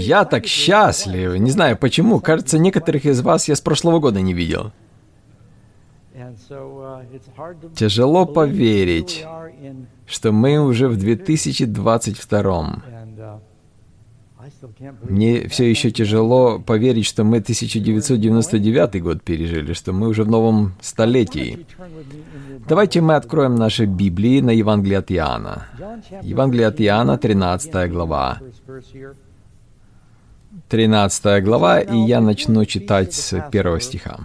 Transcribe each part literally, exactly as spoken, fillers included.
Я так счастлив. Не знаю почему. Кажется, некоторых из вас я с прошлого года не видел. Тяжело поверить, что мы уже в две тысячи двадцать втором. Мне все еще тяжело поверить, что мы тысяча девятьсот девяносто девятый год пережили, что мы уже в новом столетии. Давайте мы откроем наши Библии на Евангелие от Иоанна. Евангелие от Иоанна, тринадцатая глава. тринадцатая глава, и я начну читать с первого стиха.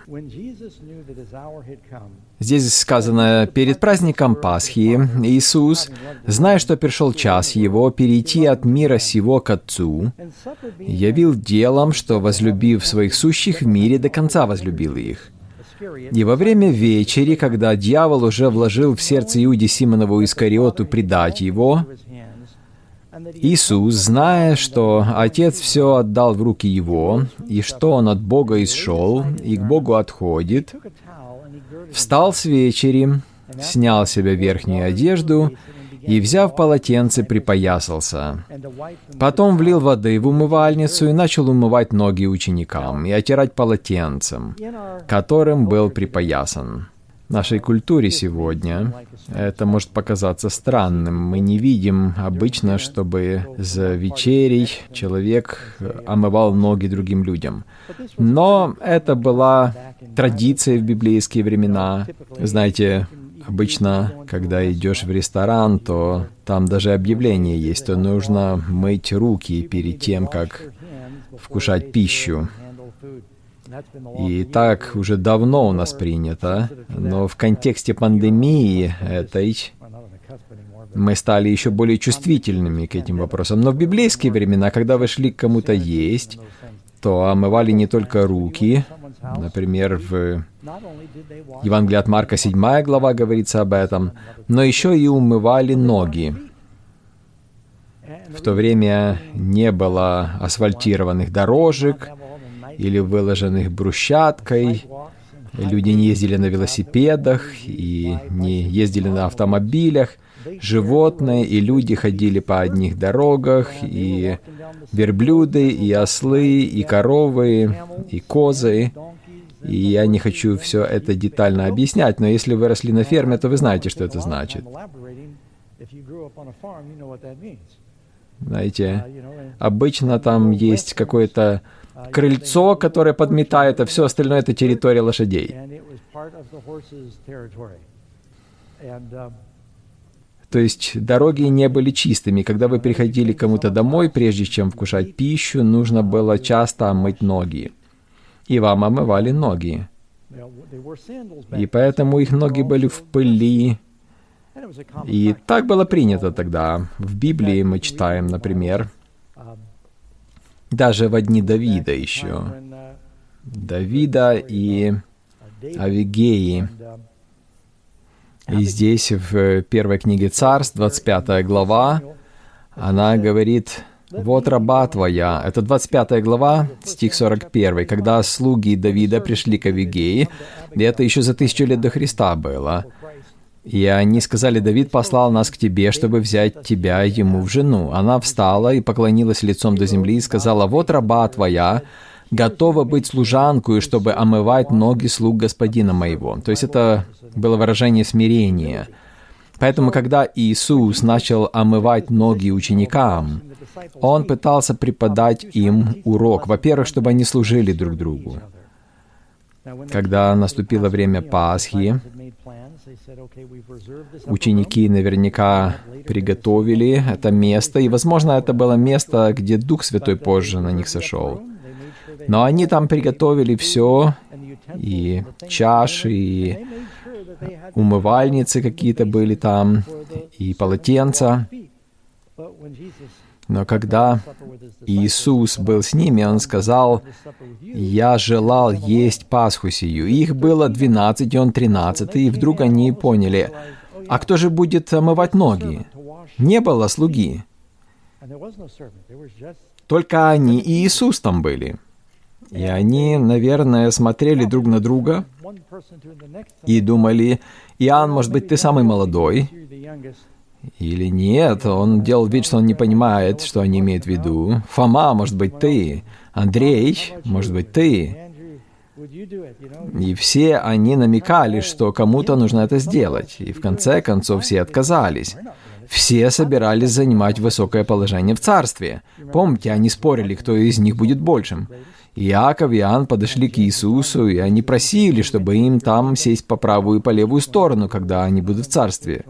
Здесь сказано: «Перед праздником Пасхи Иисус, зная, что пришел час Его перейти от мира сего к Отцу, явил делом, что, возлюбив своих сущих в мире, до конца возлюбил их. И во время вечери, когда дьявол уже вложил в сердце Иуде Симонову Искариоту предать Его, Иисус, зная, что Отец все отдал в руки Его, и что Он от Бога исшел, и к Богу отходит, встал с вечери, снял с себя верхнюю одежду и, взяв полотенце, припоясался. Потом влил воды в умывальницу и начал умывать ноги ученикам и отирать полотенцем, которым был припоясан». В нашей культуре сегодня это может показаться странным. Мы не видим обычно, чтобы за вечерей человек омывал ноги другим людям. Но это была традиция в библейские времена. Знаете, обычно, когда идешь в ресторан, то там даже объявление есть, что нужно мыть руки перед тем, как вкушать пищу. И так уже давно у нас принято, но в контексте пандемии этой мы стали еще более чувствительными к этим вопросам. Но в библейские времена, когда вы шли к кому-то есть, то омывали не только руки. Например, в Евангелии от Марка, седьмая глава, говорится об этом, но еще и умывали ноги. В то время не было асфальтированных дорожек или выложенных брусчаткой. Люди не ездили на велосипедах и не ездили на автомобилях. Животные и люди ходили по одних дорогах, и верблюды, и ослы, и коровы, и козы. И я не хочу все это детально объяснять, но если вы росли на ферме, то вы знаете, что это значит. Знаете, обычно там есть какое-то крыльцо, которое подметает, а все остальное — это территория лошадей. То есть дороги не были чистыми. Когда вы приходили к кому-то домой, прежде чем вкушать пищу, нужно было часто омыть ноги. И вам омывали ноги. И поэтому их ноги были в пыли. И так было принято тогда. В Библии мы читаем, например, даже во дни Давида еще. Давида и Авигеи. И здесь, в первой книге Царств, двадцать пятая глава, она говорит: «Вот раба твоя». Это двадцать пятая глава, стих сорок первый, когда слуги Давида пришли к Авигеи, и это еще за тысячу лет до Христа было. И они сказали: «Давид послал нас к тебе, чтобы взять тебя ему в жену». Она встала и поклонилась лицом до земли и сказала: «Вот раба твоя, готова быть служанкой, чтобы омывать ноги слуг господина моего». То есть это было выражение смирения. Поэтому, когда Иисус начал омывать ноги ученикам, Он пытался преподать им урок. Во-первых, чтобы они служили друг другу. Когда наступило время Пасхи, ученики наверняка приготовили это место, и, возможно, это было место, где Дух Святой позже на них сошел. Но они там приготовили все, и чаши, и умывальницы какие-то были там, и полотенца. Но когда Иисус был с ними, Он сказал: «Я желал есть Пасху сию». Их было двенадцать, и Он тринадцатый, и вдруг они поняли: а кто же будет омывать ноги? Не было слуги. Только они и Иисус там были. И они, наверное, смотрели друг на друга и думали: Иоанн, может быть, ты самый молодой? Или нет, он делал вид, что он не понимает, что они имеют в виду. Фома, может быть, ты. Андрей, может быть, ты. И все они намекали, что кому-то нужно это сделать. И в конце концов все отказались. Все собирались занимать высокое положение в царстве. Помните, они спорили, кто из них будет большим. Иаков и Иоанн подошли к Иисусу, и они просили, чтобы им там сесть по правую и по левую сторону, когда они будут в царстве.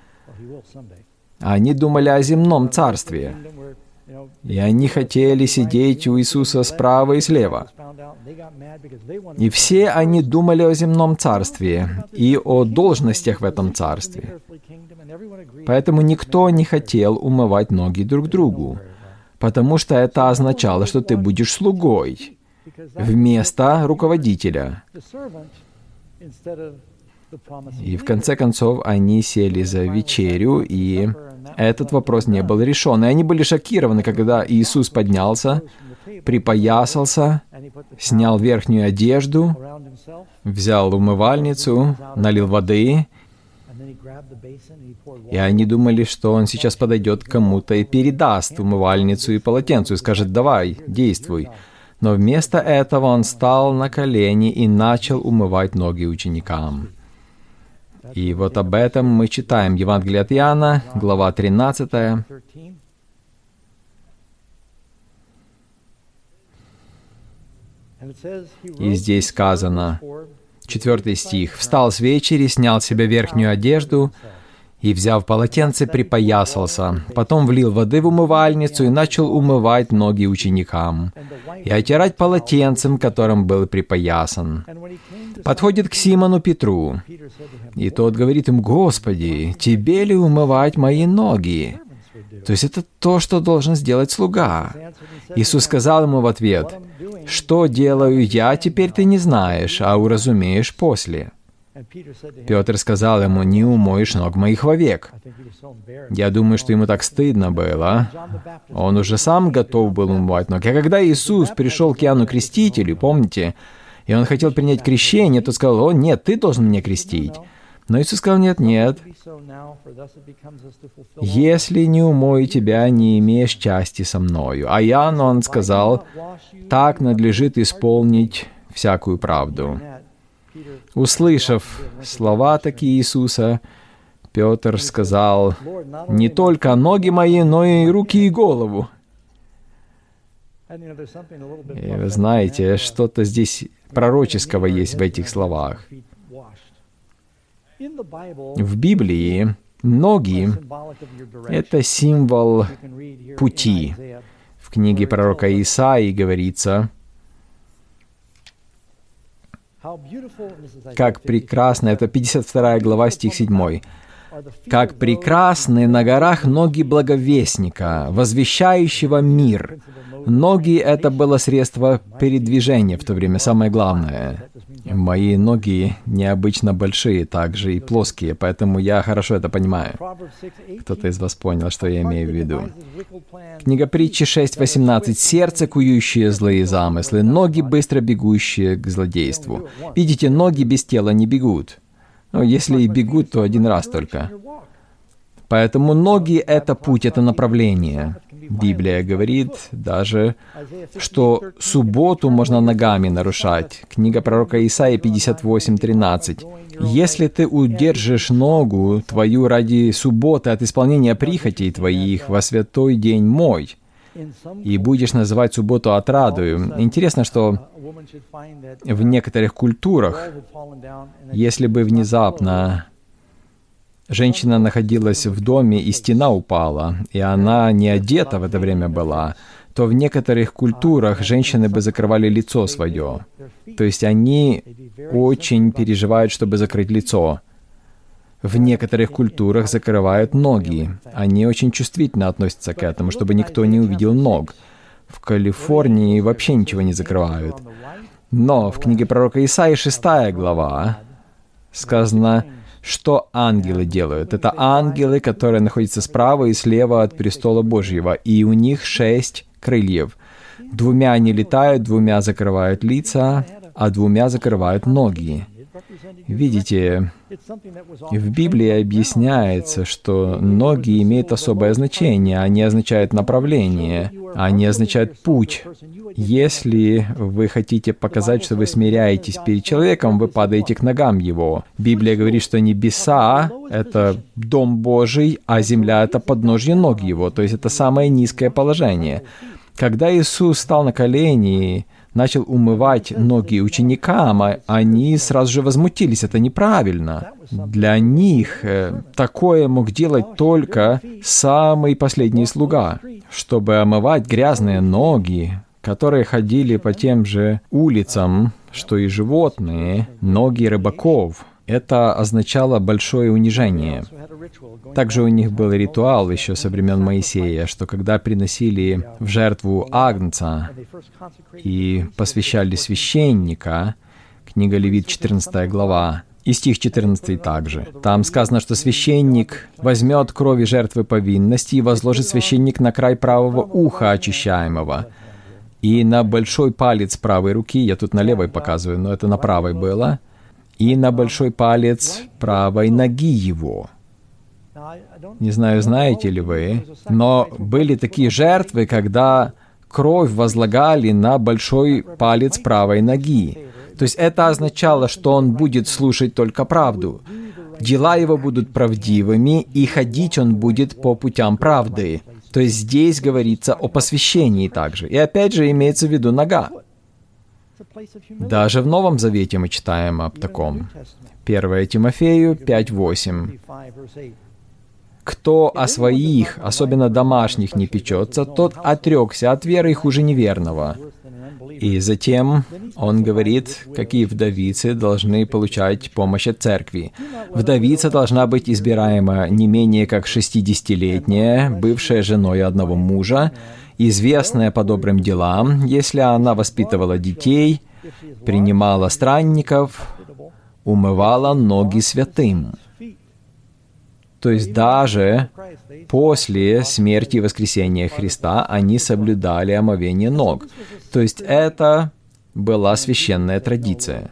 Они думали о земном царстве. И они хотели сидеть у Иисуса справа и слева. И все они думали о земном царстве и о должностях в этом царстве. Поэтому никто не хотел умывать ноги друг другу, потому что это означало, что ты будешь слугой вместо руководителя. И в конце концов они сели за вечерю, и этот вопрос не был решен. И они были шокированы, когда Иисус поднялся, припоясался, снял верхнюю одежду, взял умывальницу, налил воды, и они думали, что он сейчас подойдет к кому-то и передаст умывальницу и полотенце, и скажет: «Давай, действуй». Но вместо этого он встал на колени и начал умывать ноги ученикам. И вот об этом мы читаем Евангелие от Иоанна, глава тринадцатая. И здесь сказано, четвертый стих, «Встал с вечери, снял с себя верхнюю одежду, и, взяв полотенце, припоясался. Потом влил воды в умывальницу и начал умывать ноги ученикам и отирать полотенцем, которым был припоясан. Подходит к Симону Петру, и тот говорит им: «Господи, тебе ли умывать мои ноги?» То есть это то, что должен сделать слуга. Иисус сказал ему в ответ: «Что делаю я, теперь ты не знаешь, а уразумеешь после». Петр сказал ему: «Не умоешь ног моих вовек». Я думаю, что ему так стыдно было. Он уже сам готов был умывать ноги. А когда Иисус пришел к Иоанну Крестителю, помните, и он хотел принять крещение, то сказал: «О, нет, ты должен меня крестить». Но Иисус сказал: «Нет, нет. Если не умою тебя, не имеешь части со мною». А Иоанну он сказал: «Так надлежит исполнить всякую правду». Услышав слова такие Иисуса, Петр сказал: «Не только ноги мои, но и руки и голову». И вы знаете, что-то здесь пророческого есть в этих словах. В Библии ноги — это символ пути. В книге пророка Исаии говорится: «Как прекрасно», это пятьдесят вторая глава, стих седьмой, «как прекрасны на горах ноги благовестника, возвещающего мир». Ноги — это было средство передвижения в то время, самое главное. Мои ноги необычно большие, также и плоские, поэтому я хорошо это понимаю. Кто-то из вас понял, что я имею в виду. Книга Притчи шесть восемнадцать. «Сердце, кующее злые замыслы, ноги, быстро бегущие к злодейству». Видите, ноги без тела не бегут. Но если и бегут, то один раз только. Поэтому ноги — это путь, это направление. Библия говорит даже, что субботу можно ногами нарушать. Книга пророка Исаии пятьдесят восемь тринадцать. «Если ты удержишь ногу твою ради субботы от исполнения прихотей твоих во святой день мой, и будешь называть субботу отрадою». Интересно, что в некоторых культурах, если бы внезапно женщина находилась в доме, и стена упала, и она не одета в это время была, то в некоторых культурах женщины бы закрывали лицо свое. То есть они очень переживают, чтобы закрыть лицо. В некоторых культурах закрывают ноги. Они очень чувствительно относятся к этому, чтобы никто не увидел ног. В Калифорнии вообще ничего не закрывают. Но в книге пророка Исаии шестая глава сказано, что ангелы делают. Это ангелы, которые находятся справа и слева от престола Божьего, и у них шесть крыльев. Двумя они летают, двумя закрывают лица, а двумя закрывают ноги. Видите, в Библии объясняется, что ноги имеют особое значение. Они означают направление, они означают путь. Если вы хотите показать, что вы смиряетесь перед человеком, вы падаете к ногам его. Библия говорит, что небеса — это дом Божий, а земля — это подножье ног его. То есть это самое низкое положение. Когда Иисус встал на колени, начал умывать ноги ученикам, они сразу же возмутились. Это неправильно. Для них такое мог делать только самый последний слуга. Чтобы омывать грязные ноги, которые ходили по тем же улицам, что и животные, ноги рыбаков, это означало большое унижение. Также у них был ритуал еще со времен Моисея, что когда приносили в жертву агнца и посвящали священника, книга Левит, четырнадцатая глава, и стих четырнадцатый также. Там сказано, что священник возьмет крови жертвы повинности и возложит священник на край правого уха очищаемого и на большой палец правой руки, я тут на левой показываю, но это на правой было, и на большой палец правой ноги его. Не знаю, знаете ли вы, но были такие жертвы, когда кровь возлагали на большой палец правой ноги. То есть это означало, что он будет слушать только правду. Дела его будут правдивыми, и ходить он будет по путям правды. То есть здесь говорится о посвящении также. И опять же имеется в виду нога. Даже в Новом Завете мы читаем об таком. первое Тимофею пять восемь. «Кто о своих, особенно домашних, не печется, тот отрекся от веры хуже неверного». И затем он говорит, какие вдовицы должны получать помощь от церкви. Вдовица должна быть избираема не менее как шестидесятилетняя, бывшая женой одного мужа, известная по добрым делам, если она воспитывала детей, принимала странников, умывала ноги святым. То есть даже после смерти и воскресения Христа они соблюдали омовение ног. То есть это была священная традиция.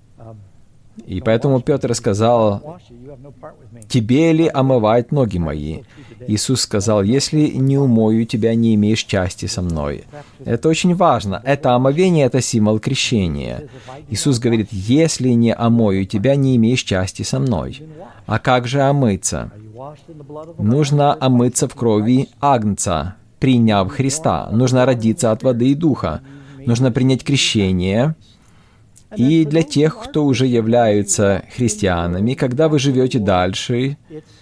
И поэтому Петр сказал: «Тебе ли омывать ноги мои?» Иисус сказал: «Если не умою тебя, не имеешь части со мной». Это очень важно. Это омовение — это символ крещения. Иисус говорит: «Если не омою тебя, не имеешь части со мной». А как же омыться? Нужно омыться в крови агнца, приняв Христа. Нужно родиться от воды и духа. Нужно принять крещение. И для тех, кто уже являются христианами, когда вы живете дальше,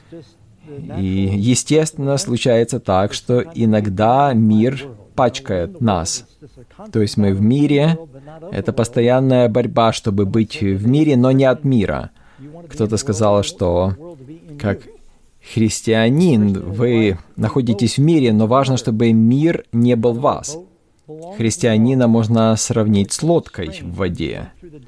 и, естественно, случается так, что иногда мир пачкает нас. То есть мы в мире, это постоянная борьба, чтобы быть в мире, но не от мира. Кто-то сказал, что как христианин вы находитесь в мире, но важно, чтобы мир не был в вас. Христианина можно сравнить с лодкой в воде.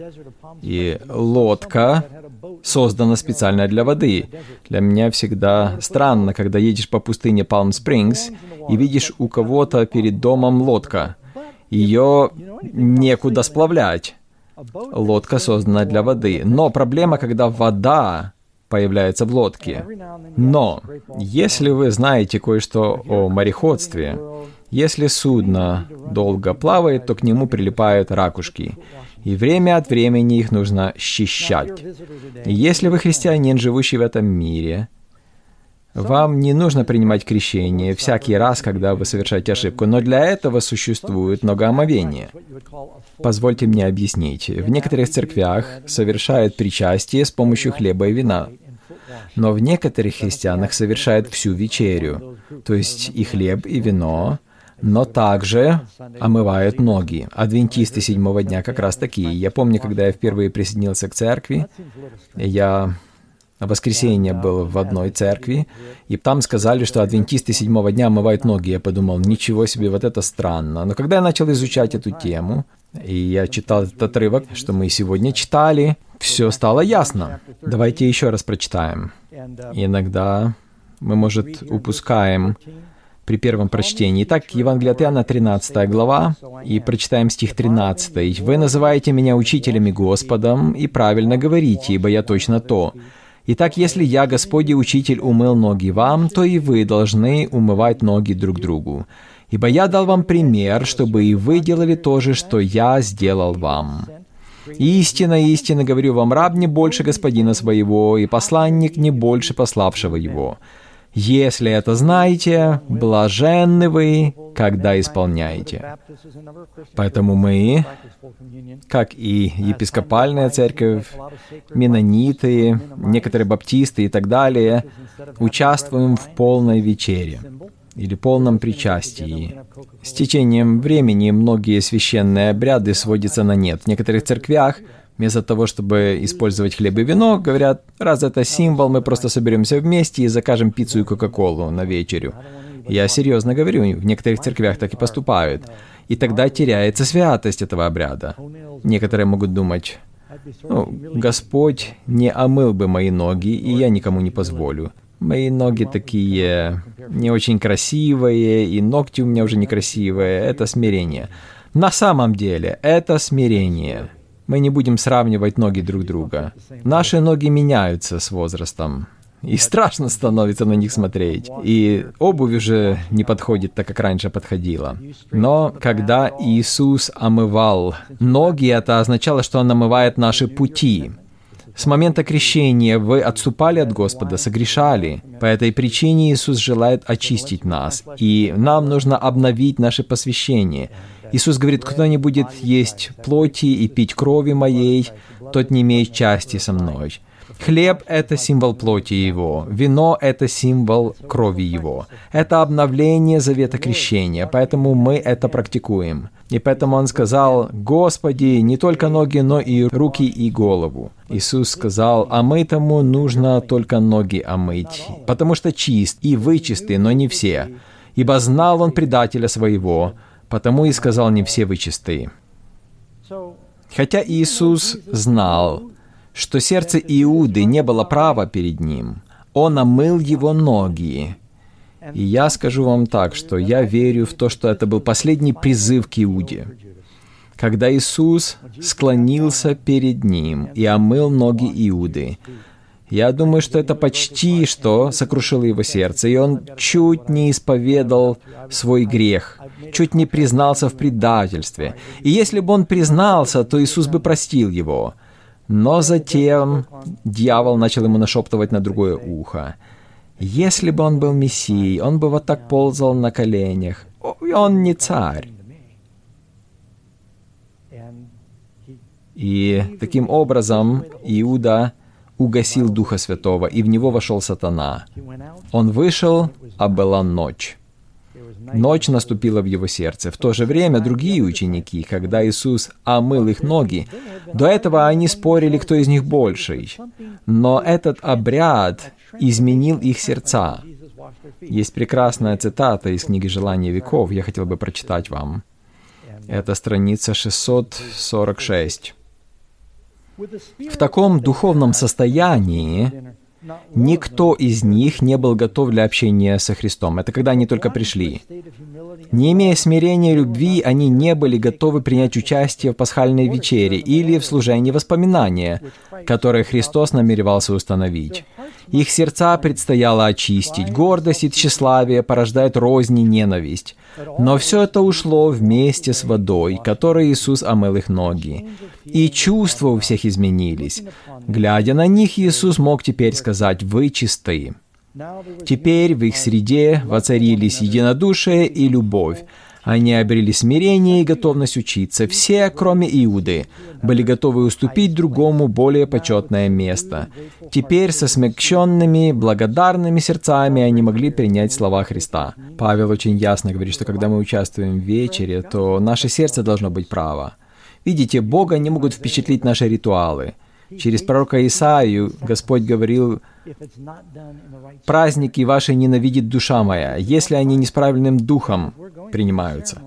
И лодка создана специально для воды. Для меня всегда странно, когда едешь по пустыне Палм-Спрингс и видишь у кого-то перед домом лодка. Ее некуда сплавлять. Лодка создана для воды. Но проблема, когда вода появляется в лодке. Но если вы знаете кое-что о мореходстве, если судно долго плавает, то к нему прилипают ракушки, и время от времени их нужно счищать. И если вы христианин, живущий в этом мире, вам не нужно принимать крещение всякий раз, когда вы совершаете ошибку, но для этого существует многоомовение. Позвольте мне объяснить. В некоторых церквях совершают причастие с помощью хлеба и вина, но в некоторых христианах совершают всю вечерю, то есть и хлеб, и вино, но также омывают ноги. Адвентисты седьмого дня как раз такие. Я помню, когда я впервые присоединился к церкви, я в воскресенье был в одной церкви, и там сказали, что адвентисты седьмого дня омывают ноги. Я подумал, ничего себе, вот это странно. Но когда я начал изучать эту тему, и я читал этот отрывок, что мы сегодня читали, все стало ясно. Давайте еще раз прочитаем. Иногда мы, может, упускаем при первом прочтении. Итак, Евангелие от Иоанна, тринадцатая глава, и прочитаем стих тринадцатый. «Вы называете меня учителем и Господом, и правильно говорите, ибо я точно то. Итак, если я, Господь и Учитель, умыл ноги вам, то и вы должны умывать ноги друг другу. Ибо я дал вам пример, чтобы и вы делали то же, что я сделал вам. Истинно, истинно говорю вам, раб не больше господина своего, и посланник не больше пославшего его. Если это знаете, блаженны вы, когда исполняете». Поэтому мы, как и епископальная церковь, менониты, некоторые баптисты и так далее, участвуем в полной вечере или полном причастии. С течением времени многие священные обряды сводятся на нет. В некоторых церквях вместо того, чтобы использовать хлеб и вино, говорят, раз это символ, мы просто соберемся вместе и закажем пиццу и кока-колу на вечерю. Я серьезно говорю, в некоторых церквях так и поступают. И тогда теряется святость этого обряда. Некоторые могут думать, ну, Господь не омыл бы мои ноги, и я никому не позволю. Мои ноги такие не очень красивые, и ногти у меня уже некрасивые. Это смирение. На самом деле, это смирение. Мы не будем сравнивать ноги друг друга. Наши ноги меняются с возрастом. И страшно становится на них смотреть. И обувь уже не подходит так, как раньше подходила. Но когда Иисус омывал ноги, это означало, что Он омывает наши пути. С момента крещения вы отступали от Господа, согрешали. По этой причине Иисус желает очистить нас, и нам нужно обновить наше посвящение. Иисус говорит, кто не будет есть плоти и пить крови моей, тот не имеет части со мной. Хлеб — это символ плоти Его, вино — это символ крови Его. Это обновление завета крещения, поэтому мы это практикуем. И поэтому Он сказал, «Господи, не только ноги, но и руки и голову». Иисус сказал, «Омытому нужно только ноги омыть, потому что чист, и вы чисты, но не все. Ибо знал Он предателя своего, потому и сказал, не все вы чисты». Хотя Иисус знал, что сердце Иуды не было права перед Ним, Он омыл его ноги. И я скажу вам так, что я верю в то, что это был последний призыв к Иуде, когда Иисус склонился перед Ним и омыл ноги Иуды. Я думаю, что это почти что сокрушило его сердце, и он чуть не исповедал свой грех, чуть не признался в предательстве. И если бы он признался, то Иисус бы простил его. Но затем дьявол начал ему нашептывать на другое ухо. Если бы он был Мессией, он бы вот так ползал на коленях. Он не царь. И таким образом Иуда угасил Духа Святого, и в него вошел сатана. Он вышел, а была ночь. Ночь наступила в его сердце. В то же время другие ученики, когда Иисус омыл их ноги, до этого они спорили, кто из них больший. Но этот обряд изменил их сердца. Есть прекрасная цитата из книги «Желания веков», я хотел бы прочитать вам. Это страница шестьсот сорок шесть. В таком духовном состоянии никто из них не был готов для общения со Христом. Это когда они только пришли. Не имея смирения и любви, они не были готовы принять участие в пасхальной вечере или в служении воспоминания, которое Христос намеревался установить. Их сердца предстояло очистить. Гордость и тщеславие порождают рознь и ненависть. Но все это ушло вместе с водой, которой Иисус омыл их ноги. И чувства у всех изменились. Глядя на них, Иисус мог теперь сказать: «Вы чисты». Теперь в их среде воцарились единодушие и любовь. Они обрели смирение и готовность учиться. Все, кроме Иуды, были готовы уступить другому более почетное место. Теперь со смягченными, благодарными сердцами они могли принять слова Христа. Павел очень ясно говорит, что когда мы участвуем в вечере, то наше сердце должно быть право. Видите, Бога не могут впечатлить наши ритуалы. Через пророка Исаию Господь говорил: «Праздники ваши ненавидит душа моя, если они не с правильным духом принимаются».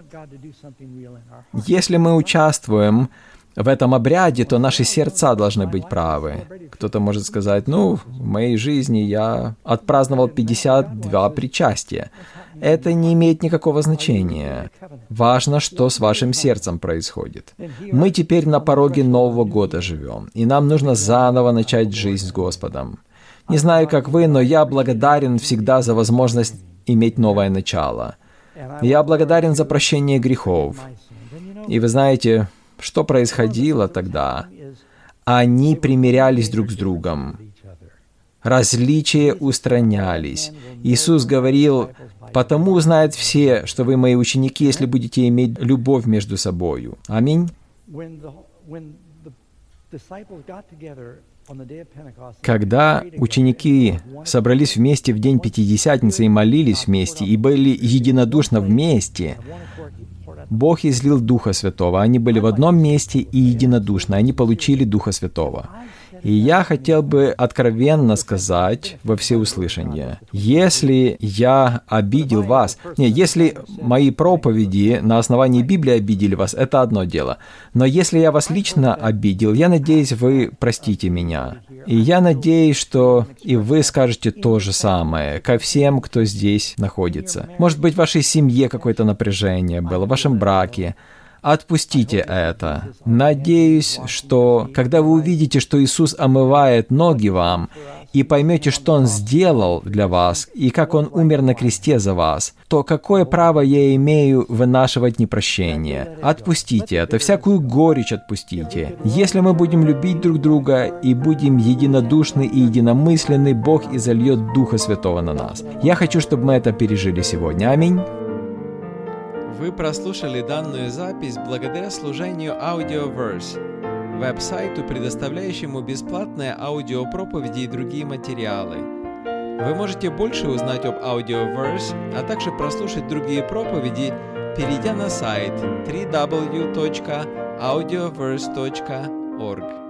Если мы участвуем в этом обряде, то наши сердца должны быть правы. Кто-то может сказать: «Ну, в моей жизни я отпраздновал пятьдесят два причастия». это не имеет никакого значения. Важно, что с вашим сердцем происходит. Мы теперь на пороге Нового года живем, и нам нужно заново начать жизнь с Господом. Не знаю, как вы, но я благодарен всегда за возможность иметь новое начало. Я благодарен за прощение грехов. И вы знаете, что происходило тогда? Они примирялись друг с другом. Различия устранялись. Иисус говорил: «Потому узнают все, что вы мои ученики, если будете иметь любовь между собою». Аминь. Когда ученики собрались вместе в день Пятидесятницы и молились вместе, и были единодушно вместе, Бог излил Духа Святого. Они были в одном месте и единодушно. Они получили Духа Святого. И я хотел бы откровенно сказать во всеуслышание, если я обидел вас, не, если мои проповеди на основании Библии обидели вас, это одно дело. Но если я вас лично обидел, я надеюсь, вы простите меня. И я надеюсь, что и вы скажете то же самое ко всем, кто здесь находится. Может быть, в вашей семье какое-то напряжение было, в вашем браке. Отпустите это. Надеюсь, что когда вы увидите, что Иисус омывает ноги вам, и поймете, что Он сделал для вас, и как Он умер на кресте за вас, то какое право я имею вынашивать непрощение? Отпустите это, всякую горечь отпустите. Если мы будем любить друг друга и будем единодушны и единомысленны, Бог изольет Духа Святого на нас. Я хочу, чтобы мы это пережили сегодня. Аминь. Вы прослушали данную запись благодаря служению Audioverse, веб-сайту, предоставляющему бесплатные аудиопроповеди и другие материалы. Вы можете больше узнать об Audioverse, а также прослушать другие проповеди, перейдя на сайт дабл ю дабл ю дабл ю точка аудиоверс точка орг.